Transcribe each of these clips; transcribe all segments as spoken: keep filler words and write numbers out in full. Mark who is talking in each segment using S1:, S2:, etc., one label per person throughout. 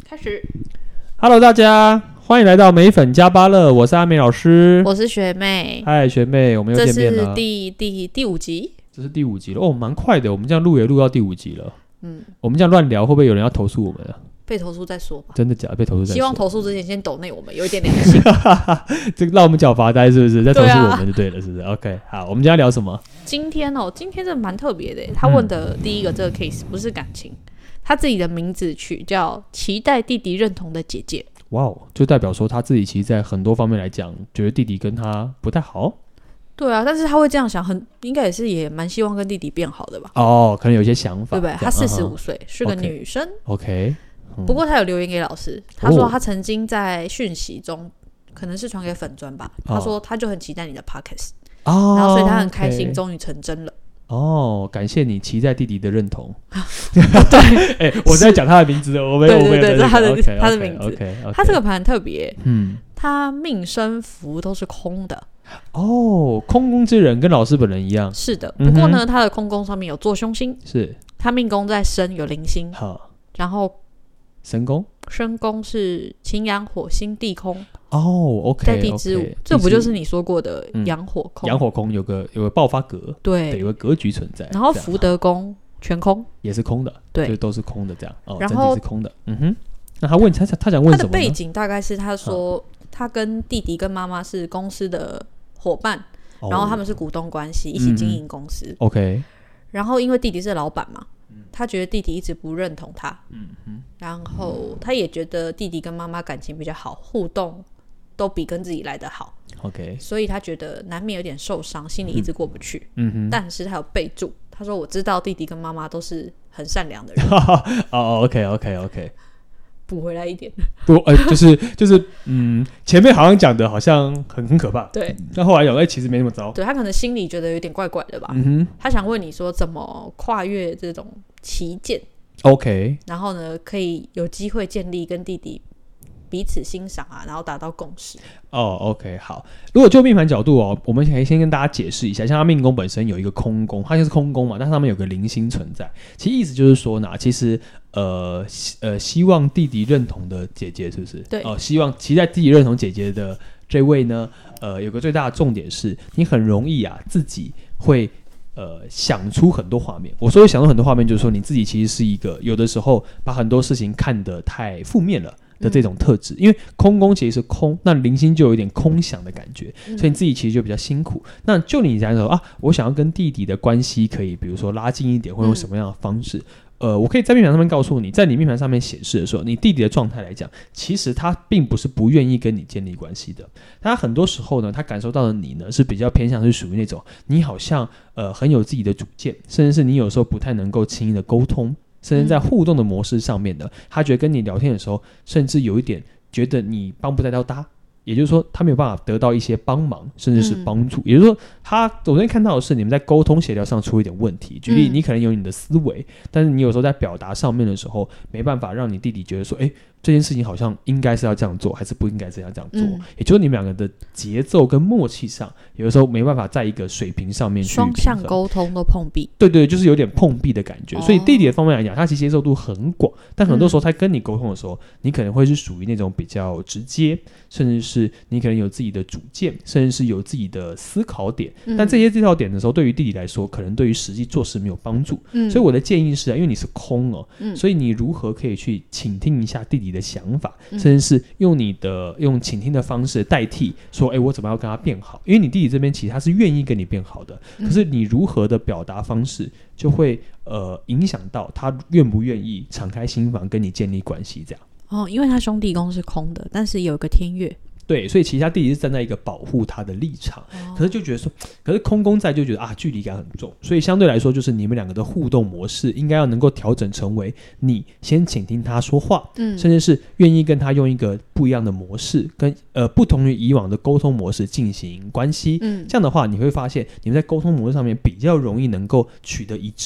S1: 开始。
S2: Hello， 大家欢迎来到美粉加芭乐，我是阿美老师，
S1: 我是学妹。
S2: 嗨，学妹，我们又见面了。
S1: 这是第第第五集，
S2: 这是第五集了哦，蛮快的，我们这样录也录到第五集了。
S1: 嗯，
S2: 我们这样乱聊，会不会有人要投诉我们啊？
S1: 被投诉再说吧。
S2: 真的假的？被投诉再说。
S1: 希望投诉之前先抖内我们，有一点良心。
S2: 这个让我们缴罚单是不是？再投诉我们就对了，是不是 ？OK， 好，我们今天要聊什么？
S1: 今天哦，今天真的蛮特别的。他问的第一个这个 case 不是感情，他自己的名字取叫“期待弟弟认同的姐姐”。
S2: 哇哦，就代表说他自己其实在很多方面来讲，觉得弟弟跟他不太好。对
S1: 啊，但是他会这样想，很应该也是也蛮希望跟弟弟变好的吧？
S2: 哦，可能有一些想法，
S1: 对不对？他四十五岁，是个女生。
S2: OK，,
S1: 嗯、不过他有留言给老师，他说他曾经在讯息中，哦、可能是传给粉专吧。他说他就很期待你的 podcast，哦、然后所以他很开心，终于成真了。
S2: 哦，感谢你期待弟弟的认同。对，哎、欸，我在讲他的名字，我没有，
S1: 对对对，
S2: 这是
S1: 他的
S2: okay,
S1: 他的名字。
S2: Okay, okay,
S1: 他这个盘很特别，
S2: 嗯，
S1: 他命生福都是空的。
S2: 哦，空宫之人跟老师本人一样。
S1: 是的，不过呢，嗯、他的空宫上面有坐凶星，
S2: 是
S1: 他命宫在申有零星，好，然后
S2: 申宫
S1: 申宫是擎羊、火星、地空。
S2: 哦 ，OK，
S1: 在地支午，这不就是你说过的阳火空？
S2: 阳、嗯、火空有个有个爆发格，
S1: 对，
S2: 对有个格局存在。
S1: 然后福德宫全空，
S2: 也是空的，
S1: 对，
S2: 就都是空的这样。哦，
S1: 然后
S2: 整体是空的。嗯哼，那他问他他想问什么呢？
S1: 他的背景大概是他说他跟弟弟跟妈妈是公司的伙伴，哦、然后他们是股东关系，一起经营公司。
S2: 嗯、OK，
S1: 然后因为弟弟是老板嘛。他觉得弟弟一直不认同他，嗯哼，然后他也觉得弟弟跟妈妈感情比较好，互动都比跟自己来得好
S2: ，OK， 所
S1: 以他觉得难免有点受伤，心里一直过不去，
S2: 嗯哼，
S1: 但是他有备注，他说我知道弟弟跟妈妈都是很善良的人，
S2: 哦 ，OK OK OK，
S1: 补回来一点，
S2: 不，呃，就是就是，嗯，前面好像讲的好像很很可怕，
S1: 对，
S2: 但后来讲，哎，其实没那么糟，
S1: 对他可能心里觉得有点怪怪的吧，
S2: 嗯哼，
S1: 他想问你说怎么跨越这种旗舰
S2: ，OK，
S1: 然后呢，可以有机会建立跟弟弟彼此欣赏啊，然后达到共识。
S2: 哦 ，OK， 好。如果就命盘角度哦，我们可以先跟大家解释一下，像他命宫本身有一个空宫，它就是空宫嘛，但是上面有个零星存在。其实意思就是说呢，其实呃呃，希望弟弟认同的姐姐是不是？
S1: 对。
S2: 哦、呃，希望期待弟弟认同姐姐的这位呢，呃，有个最大的重点是，你很容易啊自己会。呃，想出很多画面。我说想出很多画面，就是说你自己其实是一个有的时候把很多事情看得太负面了的这种特质。嗯、因为空宫其实是空，那零星就有一点空想的感觉，嗯、所以你自己其实就比较辛苦。那就你来说啊，我想要跟弟弟的关系可以，比如说拉近一点，或用什么样的方式？嗯呃，我可以在命盘上面告诉你，在你命盘上面显示的时候，你弟弟的状态来讲，其实他并不是不愿意跟你建立关系的。他很多时候呢，他感受到的你呢，是比较偏向是属于那种你好像呃很有自己的主见，甚至是你有时候不太能够轻易的沟通，甚至在互动的模式上面呢，他觉得跟你聊天的时候，甚至有一点觉得你帮不太到他。也就是说，他没有办法得到一些帮忙，甚至是帮助。嗯、也就是说，他我昨天看到的是你们在沟通协调上出一点问题。举例，你可能有你的思维，嗯、但是你有时候在表达上面的时候，没办法让你弟弟觉得说，哎，这件事情好像应该是要这样做，还是不应该是要这样做。嗯、也就是你们两个的节奏跟默契上，有的时候没办法在一个水平上面去
S1: 双向沟通都碰壁。
S2: 对对，就是有点碰壁的感觉。哦、所以弟弟的方面来讲，他其实接受度很广，但很多时候他跟你沟通的时候，嗯、你可能会是属于那种比较直接，甚至是你可能有自己的主见，甚至是有自己的思考点。嗯、但这些思考点的时候，对于弟弟来说，可能对于实际做事没有帮助。嗯、所以我的建议是啊，因为你是空哦，嗯、所以你如何可以去倾听一下弟弟的想法，嗯、甚至是用你的用倾听的方式代替说，哎，我怎么样跟他变好？因为你弟弟这边其实他是愿意跟你变好的，嗯、可是你如何的表达方式就会呃影响到他愿不愿意敞开心房跟你建立关系这样。
S1: 哦，因为他兄弟宫是空的，但是有一个天月。
S2: 对，所以其实他弟弟是站在一个保护他的立场，哦、可是就觉得说，可是空宫在就觉得啊，距离感很重，所以相对来说，就是你们两个的互动模式应该要能够调整成为你先倾听他说话，嗯，甚至是愿意跟他用一个不一样的模式，跟呃不同于以往的沟通模式进行关系，嗯，这样的话你会发现你们在沟通模式上面比较容易能够取得一致。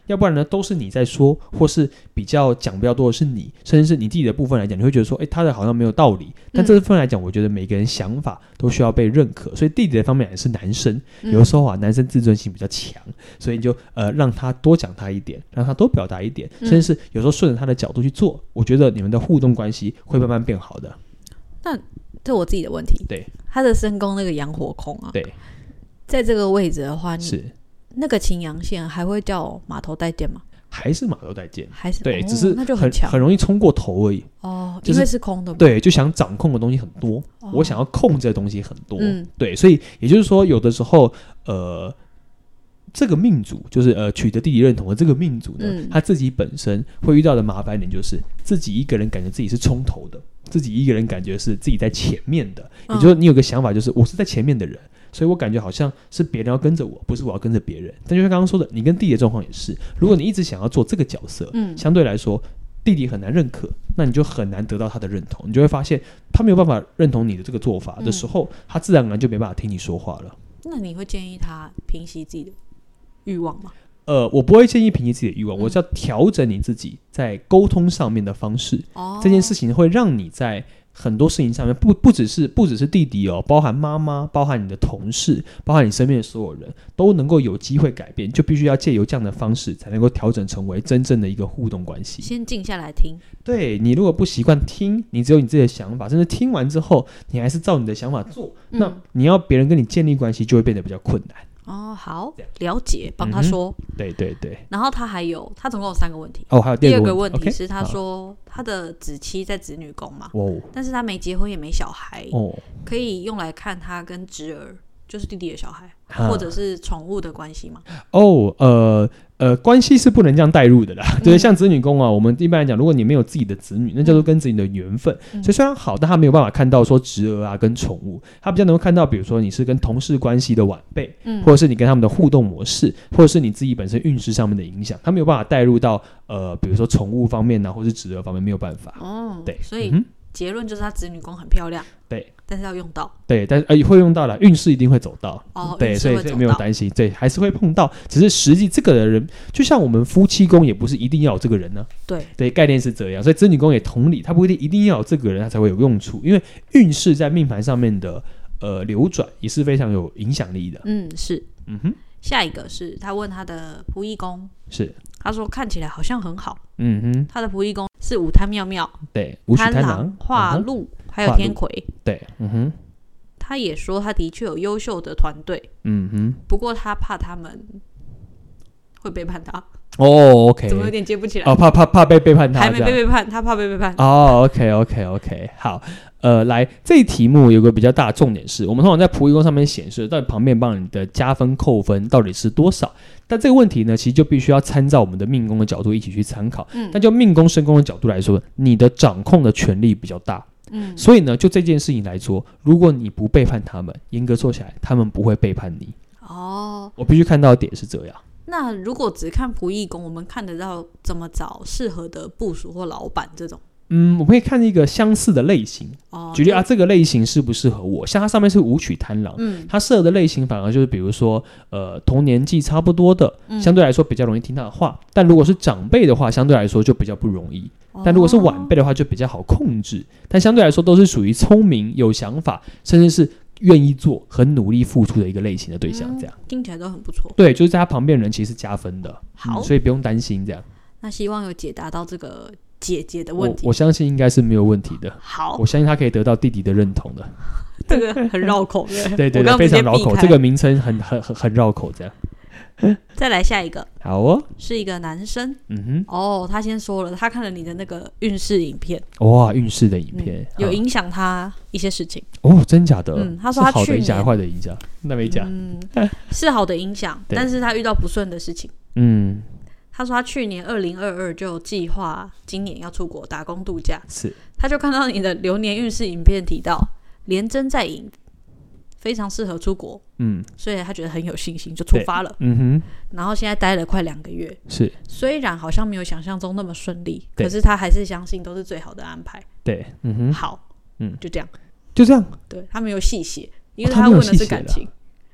S2: 要不然呢都是你在说，或是比较讲比较多的是你，甚至是你自己的部分来讲，你会觉得说，哎，他的好像没有道理。但这部分来讲，我觉得每个人想法都需要被认可，所以弟弟的方面也是男生，有的时候啊，男生自尊心比较强，所以你就呃让他多讲他一点，让他多表达一点，甚至是有时候顺着他的角度去做，我觉得你们的互动关系会慢慢变好的。
S1: 那这我自己的问题，
S2: 对，
S1: 他的身宫那个阳火空啊，
S2: 对，
S1: 在这个位置的话，
S2: 是
S1: 那个擎羊线还会叫马头带剑吗？
S2: 还是马头带剑，
S1: 还是
S2: 对，
S1: 哦、
S2: 只是
S1: 那就很强，
S2: 很容易冲过头而已。
S1: 哦，
S2: 就是、
S1: 因为是空的，
S2: 对，就想掌控的东西很多，哦、我想要控制的东西很多，嗯，对，所以也就是说，有的时候，呃。这个命主就是呃取得弟弟认同的这个命主呢、嗯，他自己本身会遇到的麻烦点就是自己一个人感觉自己是冲头的，自己一个人感觉是自己在前面的，嗯、也就是你有个想法就是我是在前面的人，所以我感觉好像是别人要跟着我，不是我要跟着别人。但就像刚刚说的，你跟弟弟的状况也是，如果你一直想要做这个角色，嗯，相对来说弟弟很难认可，那你就很难得到他的认同，你就会发现他没有办法认同你的这个做法的时候，嗯、他自然而然就没办法听你说话了。
S1: 那你会建议他平息自己的欲望吗？
S2: 呃，我不会建议平息自己的欲望，嗯、我是要调整你自己在沟通上面的方式。哦，这件事情会让你在很多事情上面，不不只是不只是弟弟哦，包含妈妈，包含你的同事，包含你身边的所有人，都能够有机会改变，就必须要借由这样的方式，才能够调整成为真正的一个互动关系。
S1: 先静下来听。对，
S2: 你如果不习惯听，你只有你自己的想法，甚至听完之后，你还是照你的想法做，嗯、那你要别人跟你建立关系，就会变得比较困难。
S1: 哦，好，了解，帮他说、
S2: 嗯。对对对。
S1: 然后他还有，他总共有三个问题。
S2: 哦，还有第二个
S1: 问题是，他说他的子妻在子女宫嘛，
S2: 哦，
S1: 但是他没结婚也没小孩，
S2: 哦，
S1: 可以用来看他跟侄儿，就是弟弟的小孩，或者是宠物的关系吗？
S2: 哦，呃。呃，关系是不能这样带入的啦，嗯、就是像子女宫啊，我们一般来讲，如果你没有自己的子女，那叫做跟子女的缘分。嗯、所以虽然好，但他没有办法看到说侄儿啊跟宠物，他比较能够看到，比如说你是跟同事关系的晚辈，嗯、或者是你跟他们的互动模式，或者是你自己本身运势上面的影响，他没有办法带入到呃，比如说宠物方面啊，或是侄儿方面没有办法。
S1: 哦，
S2: 对，
S1: 所以、嗯、结论就是他子女宫很漂亮。
S2: 对。
S1: 但是要用到，
S2: 对，但是呃会用到了，运势一定会走到，
S1: 哦，
S2: 对，所以所以没有担心，对，还是会碰到，只是实际这个的人，就像我们夫妻宫也不是一定要有这个人呢、啊，
S1: 对，
S2: 对，概念是这样，所以子女宫也同理，他不一定一定要有这个人，他才会有用处，因为运势在命盘上面的呃流转也是非常有影响力的，
S1: 嗯，是，
S2: 嗯哼，
S1: 下一个是他问他的仆役宫，
S2: 是，
S1: 他说看起来好像很好，
S2: 嗯哼，
S1: 他的仆役宫是五贪妙妙，
S2: 对，武曲贪狼、
S1: 化禄、嗯、还有天魁，
S2: 对，嗯哼。
S1: 他也说他的确有优秀的团队，
S2: 嗯哼，
S1: 不过他怕他们会背叛他。
S2: 哦 ，OK，
S1: 怎么有点接不起来？
S2: 哦，怕怕怕被背叛他，
S1: 还没被背叛，他怕被背叛。
S2: 哦 ，OK OK OK， 好，呃，来这一题目有个比较大的重点是，我们通常在仆役宫上面显示，到底旁边帮你的加分扣分到底是多少？但这个问题呢，其实就必须要参照我们的命宫的角度一起去参考。嗯，但就命宫身宫的角度来说，你的掌控的权力比较大。嗯，所以呢，就这件事情来说，如果你不背叛他们，严格说起来，他们不会背叛你。
S1: 哦，
S2: 我必须看到的点是这样。
S1: 那如果只看仆役宫，我们看得到怎么找适合的部属或老板这种？
S2: 嗯，我们可以看一个相似的类型。
S1: 哦，
S2: 举例啊，这个类型适不适合我？像它上面是武曲贪狼，嗯，它适合的类型反而就是比如说，呃，同年纪差不多的，嗯、相对来说比较容易听他的话。但如果是长辈的话，相对来说就比较不容易。但如果是晚辈的话，就比较好控制。但相对来说，都是属于聪明、有想法，甚至是愿意做、很努力付出的一个类型的对象。这样、嗯、
S1: 听起来都很不错。
S2: 对，就是在他旁边的人其实是加分的。
S1: 好、
S2: 嗯，所以不用担心这样。
S1: 那希望有解答到这个姐姐的问题。
S2: 我, 我相信应该是没有问题的。
S1: 好，
S2: 我相信他可以得到弟弟的认同的。
S1: 这个很绕口，对
S2: 对对，
S1: 刚刚
S2: 非常绕口。这个名称很很很很绕口，这样。
S1: 再来下一个，
S2: 好哦，
S1: 是一个男生。
S2: 嗯哼，
S1: 哦，他先说了，他看了你的那个运势影片，
S2: 哇，运势的影片、
S1: 嗯、有影响他一些事情。
S2: 哦，真假的？
S1: 嗯，他说他
S2: 是好的影响还是坏的影响？那没讲。
S1: 嗯，是好的影响，但是他遇到不顺的事情。
S2: 嗯，
S1: 他说他去年二零二二就计划今年要出国打工度假，
S2: 是，
S1: 他就看到你的流年运势影片提到连征在引。非常适合出国，嗯，所以他觉得很有信心，就出发了，
S2: 嗯哼。
S1: 然后现在待了快两个月，
S2: 是，
S1: 虽然好像没有想象中那么顺利，可是他还是相信都是最好的安排。
S2: 对，嗯哼。
S1: 好，嗯，就这样，
S2: 就这样。
S1: 对，他没有细写，因为他问的是感情。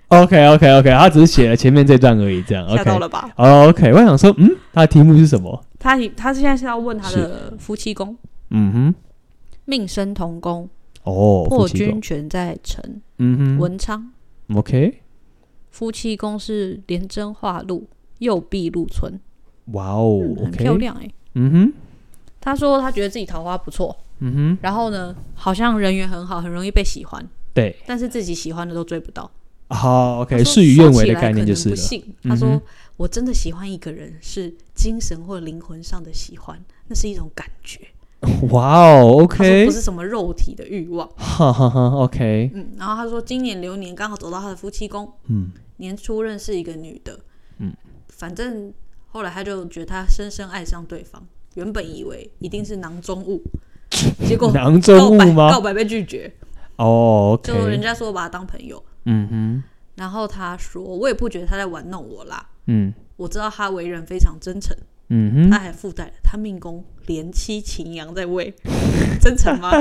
S2: OK OK OK， 他只是写了前面这段而已，这样 OK
S1: 吓到了吧、
S2: oh, OK， 我想说，嗯，他的题目是什么？
S1: 他他现在是要问他的夫妻宫，
S2: 嗯哼，
S1: 命生同宫，
S2: 哦，
S1: 破军权在辰，
S2: 嗯哼，
S1: 文昌
S2: OK，
S1: 夫妻宫是廉贞化禄，右弼禄存，
S2: 哇哦、
S1: 嗯，很
S2: OK
S1: 漂亮哎、欸。
S2: 嗯哼，
S1: 他说他觉得自己桃花不错，
S2: 嗯哼，
S1: 然后呢，好像人缘很好，很容易被喜欢，
S2: 对，
S1: 但是自己喜欢的都追不到。
S2: 好、oh, ，OK， 事与愿违的概念就是了。
S1: 不信，他说、嗯、我真的喜欢一个人是精神或灵魂上的喜欢，那是一种感觉。
S2: 哇哦 ，OK，
S1: 不是什么肉体的欲望。
S2: 哈哈哈 ，OK，
S1: 嗯，然后他说今年流年刚好走到他的夫妻宫，嗯，年初认识一个女的，嗯，反正后来他就觉得他深深爱上对方，原本以为一定是囊中物，结果
S2: 囊中物吗？
S1: 告白被拒绝。
S2: 哦、oh, ，OK，
S1: 就人家说我把他当朋友，嗯哼，然后他说我也不觉得他在玩弄我啦，嗯，我知道他为人非常真诚，嗯哼，他还附带了他命宫连妻擎羊在位，真诚吗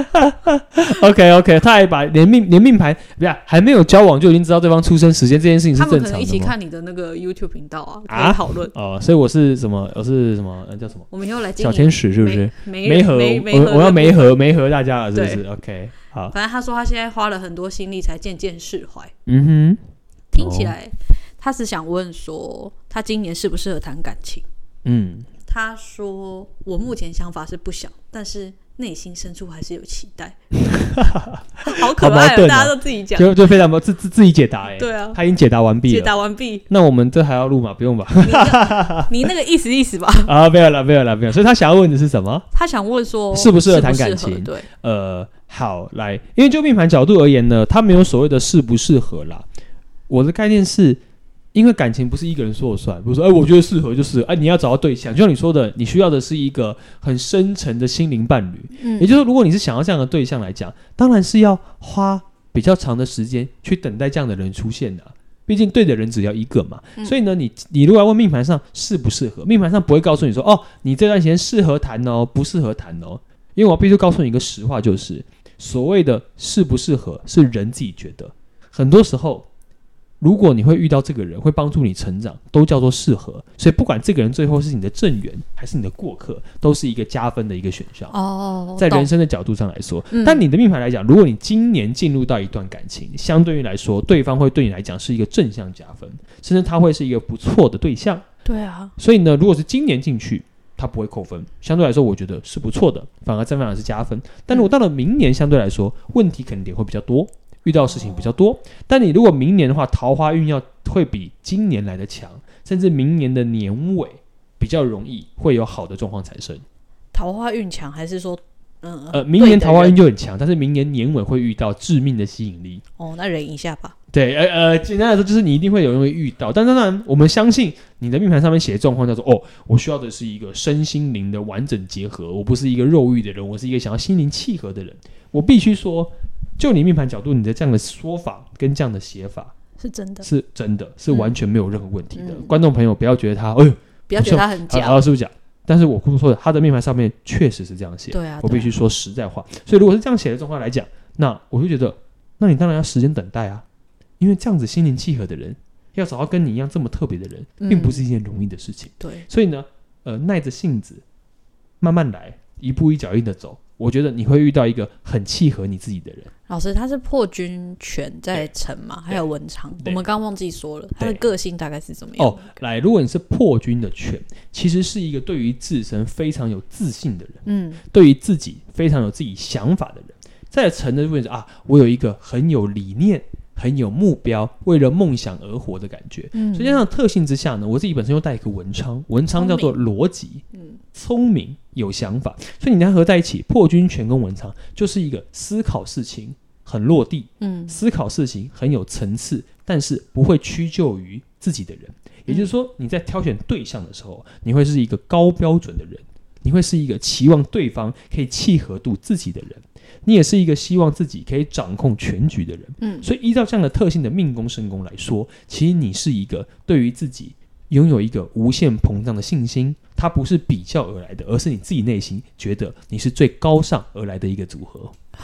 S2: ？OK OK， 他还把连命连命盘不是还没有交往就已经知道对方出生时间这件事情是正常的吗？
S1: 他们可能一起看你的那个 YouTube 频道啊，可以讨论、
S2: 啊、哦，所以我是什么？我是什么？呃、叫什么？
S1: 我们以后来
S2: 小天使是不是？
S1: 媒合，
S2: 我我要媒合媒合大家了，是不是 ？OK， 好。
S1: 反正他说他现在花了很多心力才渐渐释怀。
S2: 嗯哼，
S1: 听起来、哦、他是想问说他今年适不适合谈感情？嗯。他说我目前想法是不想，但是内心深处还是有期待。好可爱、喔、大家都自己讲，
S2: 就就非常自自自己解答哎、欸。
S1: 对啊，
S2: 他已经解答完毕了。
S1: 解答完毕，
S2: 那我们这还要录吗？不用吧？
S1: 你, 你那个意思意思吧。
S2: 啊，没有了，没有了，没有。所以他想要问的是什么？
S1: 他想问说
S2: 适不适合谈感情？
S1: 对，
S2: 呃，好，来，因为就命盘角度而言呢，他没有所谓的适不适合啦。我的概念是。因为感情不是一个人说了算，比如说，哎，我觉得适合就是哎，你要找到对象，就像你说的，你需要的是一个很深沉的心灵伴侣。嗯，也就是说，如果你是想要这样的对象来讲，当然是要花比较长的时间去等待这样的人出现的、啊。毕竟对的人只要一个嘛。嗯、所以呢，你你如果要问命盘上适不适合，命盘上不会告诉你说，哦，你这段时间适合谈哦，不适合谈哦。因为我必须告诉你一个实话，就是所谓的适不适合是人自己觉得，很多时候。如果你会遇到这个人会帮助你成长，都叫做适合。所以不管这个人最后是你的正缘还是你的过客，都是一个加分的一个选项。哦，在人生的角度上来说、嗯、但你的命盘来讲，如果你今年进入到一段感情，相对于来说对方会对你来讲是一个正向加分，甚至他会是一个不错的对象。
S1: 对啊，
S2: 所以呢，如果是今年进去他不会扣分，相对来说我觉得是不错的，反而正反而是加分。但如果到了明年，相对来说问题可能点会比较多，遇到的事情比较多，但你如果明年的话，桃花运要会比今年来的强，甚至明年的年尾比较容易会有好的状况产生。
S1: 桃花运强还是说，嗯
S2: 呃，明年桃花运就很强，但是明年年尾会遇到致命的吸引力。
S1: 哦，那忍一下吧。
S2: 对，呃呃，简单来说就是你一定会有人会遇到，但当然我们相信你的命盘上面写的状况叫做，哦，我需要的是一个身心灵的完整结合，我不是一个肉欲的人，我是一个想要心灵契合的人。我必须说。就你命盘角度，你的这样的说法跟这样的写法
S1: 是真的，
S2: 是真的，是完全没有任何问题的。嗯、观众朋友不要觉得他，哎呦，
S1: 不要觉得他很假，
S2: 啊，是不是假？但是我不说的，他的命盘上面确实是这样写。
S1: 对啊，
S2: 我必须说实在话。所以如果是这样写的状况来讲，那我就觉得，那你当然要时间等待啊，因为这样子心灵契合的人，要找到跟你一样这么特别的人，并不是一件容易的事情。
S1: 对、嗯，
S2: 所以呢，呃，耐着性子，慢慢来，一步一脚印的走。我觉得你会遇到一个很契合你自己的人。
S1: 老师，他是破军权在辰嘛，还有文昌，我们刚刚忘记说了，他的个性大概是怎么样？
S2: 哦，来，如果你是破军的权，其实是一个对于自身非常有自信的人，嗯，对于自己非常有自己想法的人。在辰的部分是啊，我有一个很有理念、很有目标，为了梦想而活的感觉。嗯，所以这样的特性之下呢，我自己本身又带一个文昌，文昌叫做逻辑，嗯，聪明。有想法，所以你俩合在一起，破军权跟文昌就是一个思考事情很落地，嗯，思考事情很有层次，但是不会屈就于自己的人。也就是说，你在挑选对象的时候，你会是一个高标准的人，你会是一个期望对方可以契合度自己的人，你也是一个希望自己可以掌控全局的人。嗯，所以依照这样的特性的命宫身宫来说，其实你是一个对于自己拥有一个无限膨胀的信心，它不是比较而来的，而是你自己内心觉得你是最高尚而来的一个组合。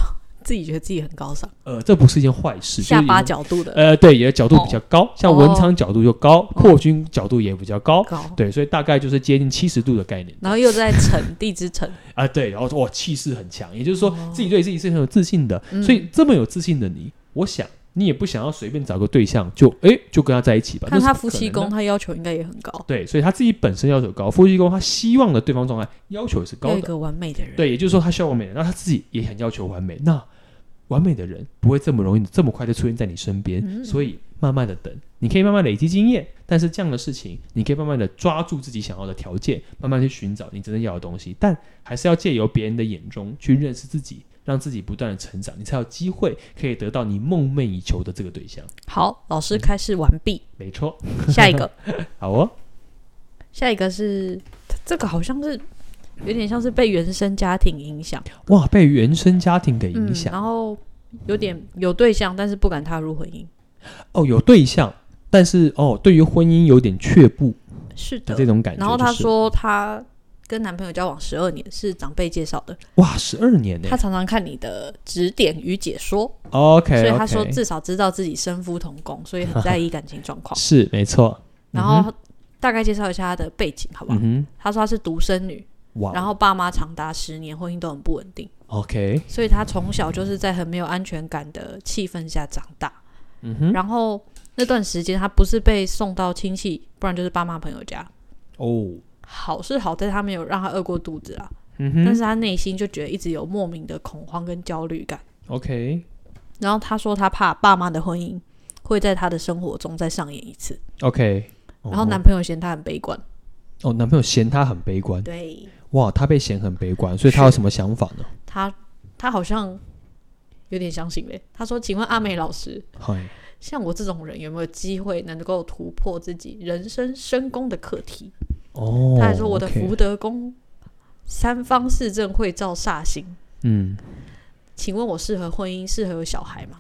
S1: 自己觉得自己很高尚？
S2: 呃，这不是一件坏事，
S1: 下巴角度的，
S2: 呃，对，也的角度比较高，哦、像文昌角度就高，
S1: 哦、
S2: 破军角度也比较高，
S1: 高，
S2: 对，所以大概就是接近七十度的概念。
S1: 然后又在辰地支辰
S2: 啊，对，然后哇，气势很强，也就是说、哦、自己对自己是很有自信的、
S1: 嗯，
S2: 所以这么有自信的你，我想。你也不想要随便找个对象就哎就跟他在一起吧？
S1: 看他夫妻宫，他要求应该也很高。
S2: 对，所以他自己本身要求高，夫妻宫他希望的对方状态要求也是高的，
S1: 要一个完美的人。
S2: 对，也就是说他需要完美的人，那他自己也很要求完美。那完美的人不会这么容易这么快的出现在你身边、嗯，所以慢慢的等，你可以慢慢累积经验，但是这样的事情你可以慢慢的抓住自己想要的条件，慢慢去寻找你真正要的东西，但还是要借由别人的眼中去认识自己。让自己不断的成长，你才有机会可以得到你梦寐以求的这个对象。
S1: 好，老师开示完毕、
S2: 嗯、没错。
S1: 下一个
S2: 好哦，
S1: 下一个是这个好像是有点像是被原生家庭影响。
S2: 哇，被原生家庭给影响、
S1: 嗯、然后有点有对象但是不敢踏入婚姻。
S2: 哦，有对象但是哦对于婚姻有点却步，
S1: 是的
S2: 这种感觉、就是、
S1: 然后他说他跟男朋友交往十二年，是长辈介绍的。
S2: 哇，十二年呢！
S1: 他常常看你的指点与解说
S2: ，OK，, okay
S1: 所以他说至少知道自己身夫同工，所以很在意感情状况。
S2: 是没错。
S1: 然后、嗯、大概介绍一下他的背景，好不好？
S2: 嗯、
S1: 他说他是独生女，
S2: 哇，
S1: 然后爸妈长达十年，婚姻都很不稳定。
S2: OK，
S1: 所以他从小就是在很没有安全感的气氛下长大。
S2: 嗯哼，
S1: 然后那段时间他不是被送到亲戚，不然就是爸妈朋友家。
S2: 哦。
S1: 好是好在他没有让他饿过肚子啦、
S2: 嗯、哼，
S1: 但是他内心就觉得一直有莫名的恐慌跟焦虑感。
S2: OK，
S1: 然后他说他怕爸妈的婚姻会在他的生活中再上演一次。
S2: OK，
S1: 然后男朋友嫌他很悲观。
S2: 哦，男朋友嫌他很悲观。
S1: 对，
S2: 哇，他被嫌很悲观，所以他有什么想法呢？
S1: 他他好像有点相信嘞。他说请问阿美老师，像我这种人有没有机会能够突破自己人生身宫的课题？
S2: 哦，
S1: 他还说我的福德宫三方四正会照煞星。
S2: 嗯，
S1: 请问我适合婚姻，适合有小孩吗？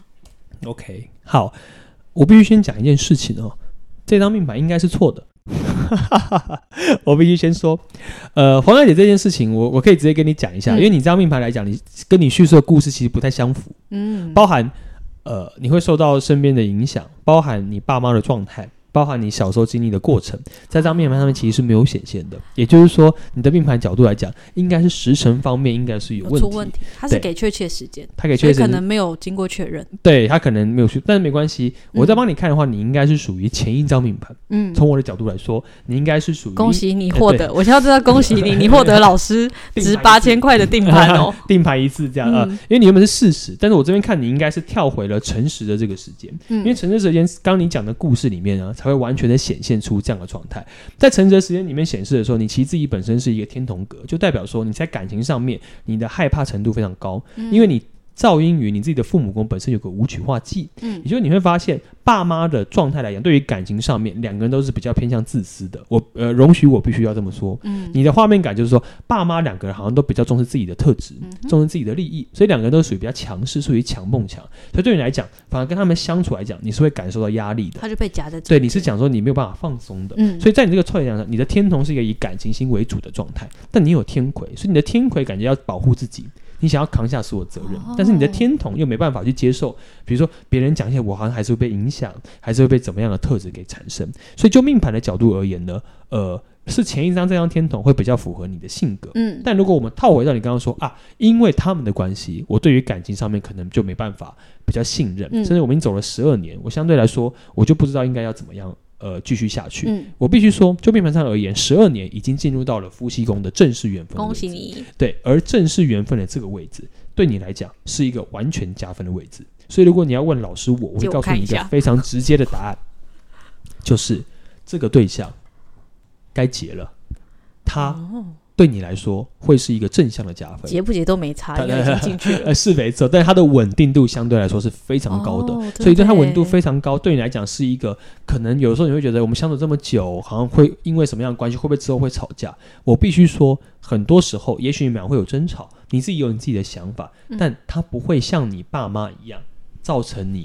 S2: OK， 好，我必须先讲一件事情哦，这张命盘应该是错的。我必须先说，呃，黄小姐这件事情我，我可以直接跟你讲一下、嗯，因为你这张命盘来讲，你跟你叙述的故事其实不太相符，嗯，包含呃你会受到身边的影响，包含你爸妈的状态，包含你小时候经历的过程，在这张命盘上面其实是没有显现的。也就是说，你的命盘角度来讲，应该是时辰方面应该是有问题。
S1: 有出问题，他是给确切时间，
S2: 他给确切时间，
S1: 所以可能没有经过确认。
S2: 对，他可能没有去，但是没关系。我在帮你看的话，嗯、你应该是属于前一张命盘。嗯，从我的角度来说，你应该是属于。
S1: 恭喜你获得，我现在知道恭喜你，你获得老师值八千块的定盘哦，
S2: 定盘一次这样啊、嗯呃。因为你原本是事实，但是我这边看你应该是跳回了辰时的这个时间，嗯、因为辰时时间刚你讲的故事里面呢，才会完全的显现出这样的状态。在辰时时间里面显示的时候，你其实自己本身是一个天同格，就代表说你在感情上面你的害怕程度非常高，嗯、因为你噪音于你自己的父母宫本身有个武曲化忌，嗯，也就是你会发现爸妈的状态来讲，对于感情上面两个人都是比较偏向自私的。我呃容许我必须要这么说，嗯，你的画面感就是说爸妈两个人好像都比较重视自己的特质，嗯、重视自己的利益，所以两个人都属于比较强势，属于强梦强，所以对你来讲，反而跟他们相处来讲，你是会感受到压力的，
S1: 他就被夹在这里，
S2: 对，你是讲说你没有办法放松的，嗯，所以在你这个状态上，你的天同是一个以感情心为主的状态，但你有天魁，所以你的天魁感觉要保护自己。你想要扛下所有责任、哦、但是你的天同又没办法去接受，比如说别人讲一些我好像还是会被影响，还是会被怎么样的特质给产生。所以就命盘的角度而言呢，呃，是前一张这张天同会比较符合你的性格，嗯，但如果我们套回到你刚刚说啊，因为他们的关系，我对于感情上面可能就没办法比较信任、嗯、甚至我们已经走了十二年，我相对来说我就不知道应该要怎么样呃，继续下去、嗯、我必须说就命盘上而言，十二年已经进入到了夫妻宫的正式缘分的位置，
S1: 恭喜你。
S2: 对，而正式缘分的这个位置对你来讲是一个完全加分的位置，所以如果你要问老师我我会告诉你一个非常直接的答案，就是这个对象该结了，他对你来说会是一个正向的加分，
S1: 结不结都没差，因为已经进去了、
S2: 呃、是没错，但是它的稳定度相对来说是非常高的、哦、所以对它稳定度非常高，对你来讲是一个可能有时候你会觉得我们相处这么久好像会因为什么样的关系，会不会之后会吵架。我必须说很多时候也许你们俩会有争吵，你自己有你自己的想法、嗯、但它不会像你爸妈一样造成你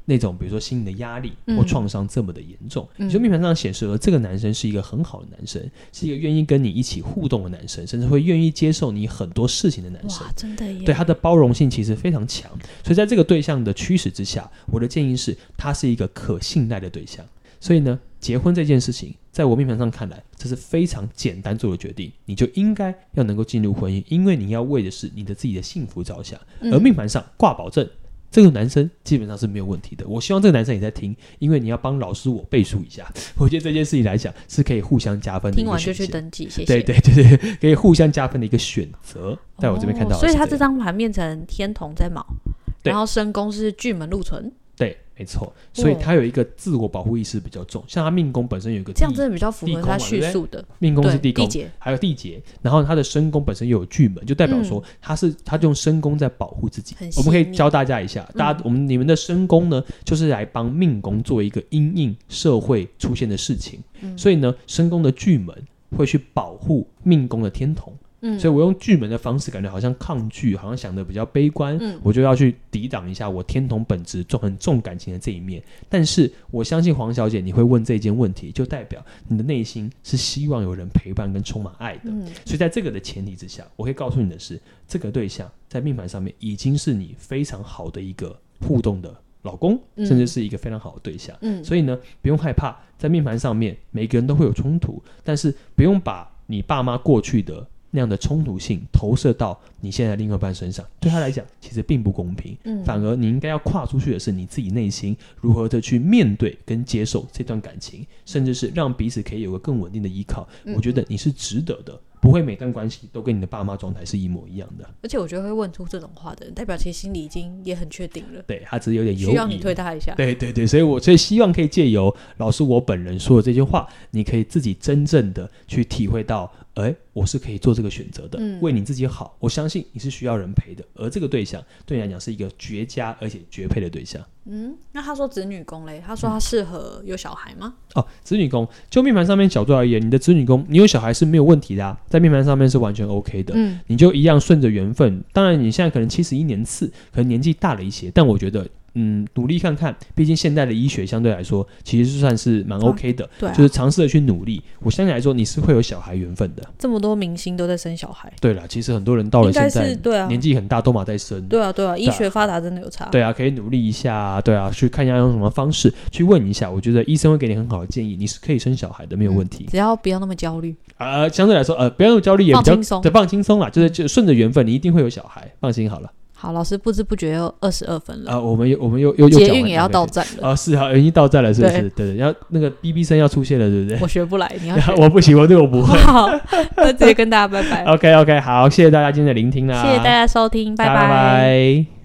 S2: 那种比如说心理的压力或创伤这么的严重。嗯、就命盘上显示了这个男生是一个很好的男生，是一个愿意跟你一起互动的男生，甚至会愿意接受你很多事情的男生。
S1: 哇，真的耶！
S2: 对，他的包容性其实非常强，所以在这个对象的驱使之下，我的建议是他是一个可信赖的对象。所以呢，结婚这件事情在我命盘上看来，这是非常简单做的决定，你就应该要能够进入婚姻，因为你要为的是你的自己的幸福着想。而命盘上挂保证，这个男生基本上是没有问题的。我希望这个男生也在听，因为你要帮老师我背书一下，我觉得这件事情来讲是可以互相加分的一个选项。听完就去登记，谢谢。对对对对，可以互相加分的一个选择。在我这边看到、哦，
S1: 所以他这张盘变成天同在卯，然后身宫是巨门禄存。
S2: 对，没错，所以他有一个自我保护意识比较重，像他命宫本身有一个地，
S1: 这样真的比较符合他叙述的。
S2: 命宫是地宫，还有地劫，然后他的身宫本身又有巨门，就代表说他是、嗯、他用身宫在保护自己。我们可以教大家一下，大家、嗯、我们你们的身宫呢，就是来帮命宫做一个因应社会出现的事情，嗯、所以呢，身宫的巨门会去保护命宫的天同。嗯、所以我用巨门的方式感觉好像抗拒，好像想的比较悲观、嗯、我就要去抵挡一下我天同本质重很重感情的这一面。但是我相信黄小姐你会问这件问题，就代表你的内心是希望有人陪伴跟充满爱的、嗯、所以在这个的前提之下，我可以告诉你的是，这个对象在命盘上面已经是你非常好的一个互动的老公，甚至是一个非常好的对象、嗯、所以呢不用害怕在命盘上面每个人都会有冲突，但是不用把你爸妈过去的那样的冲突性投射到你现在另外一半身上，对他来讲其实并不公平、嗯、反而你应该要跨出去的是你自己内心如何的去面对跟接受这段感情，甚至是让彼此可以有个更稳定的依靠、嗯、我觉得你是值得的，不会每段关系都跟你的爸妈状态是一模一样的。
S1: 而且我觉得会问出这种话的人，代表其实心里已经也很确定了，
S2: 对，他只是有点犹豫，
S1: 需要你推他一下。
S2: 对对对，所以我所以希望可以借由老师我本人说的这句话，你可以自己真正的去体会到，哎，我是可以做这个选择的、嗯、为你自己好，我相信你是需要人陪的，而这个对象对你来讲是一个绝佳而且绝配的对象。
S1: 嗯，那他说子女宫嘞，他说他适合有小孩吗？
S2: 哦，子女宫就命盘上面角度而言，你的子女宫你有小孩是没有问题的啊，在命盘上面是完全 OK 的、嗯、你就一样顺着缘分。当然你现在可能七十一年次，可能年纪大了一些，但我觉得嗯，努力看看，毕竟现代的医学相对来说其实算是蛮 OK 的、啊对啊、就是尝试的去努力，我相信来说你是会有小孩缘分的。
S1: 这么多明星都在生小孩，
S2: 对啦，其实很多人到了现在对、啊、年纪很大都嘛在生，
S1: 对啊对啊，医学发达真的有差，
S2: 对啊，可以努力一下，对啊，去看一下用什么方式去问一下，我觉得医生会给你很好的建议，你是可以生小孩的，没有问题、嗯、
S1: 只要不要那么焦虑，
S2: 呃，相对来说呃不要那么焦虑，也比较
S1: 放轻松，
S2: 对，放轻松啦，就是就顺着缘分，你一定会有小孩，放心好了。
S1: 好，老师不知不觉又二十二分了
S2: 啊！我们又我们又又又
S1: 捷运也要到站了
S2: 啊！是啊，已经到站了，是不是？对对对，然后那个 B B 声要出现了，对不对？
S1: 我学不来，你要学
S2: 我不行，我对我不会。
S1: 好，那直接跟大家拜拜。
S2: OK OK， 好，谢谢大家今天的聆听啦，
S1: 谢谢大家收听，拜
S2: 拜拜。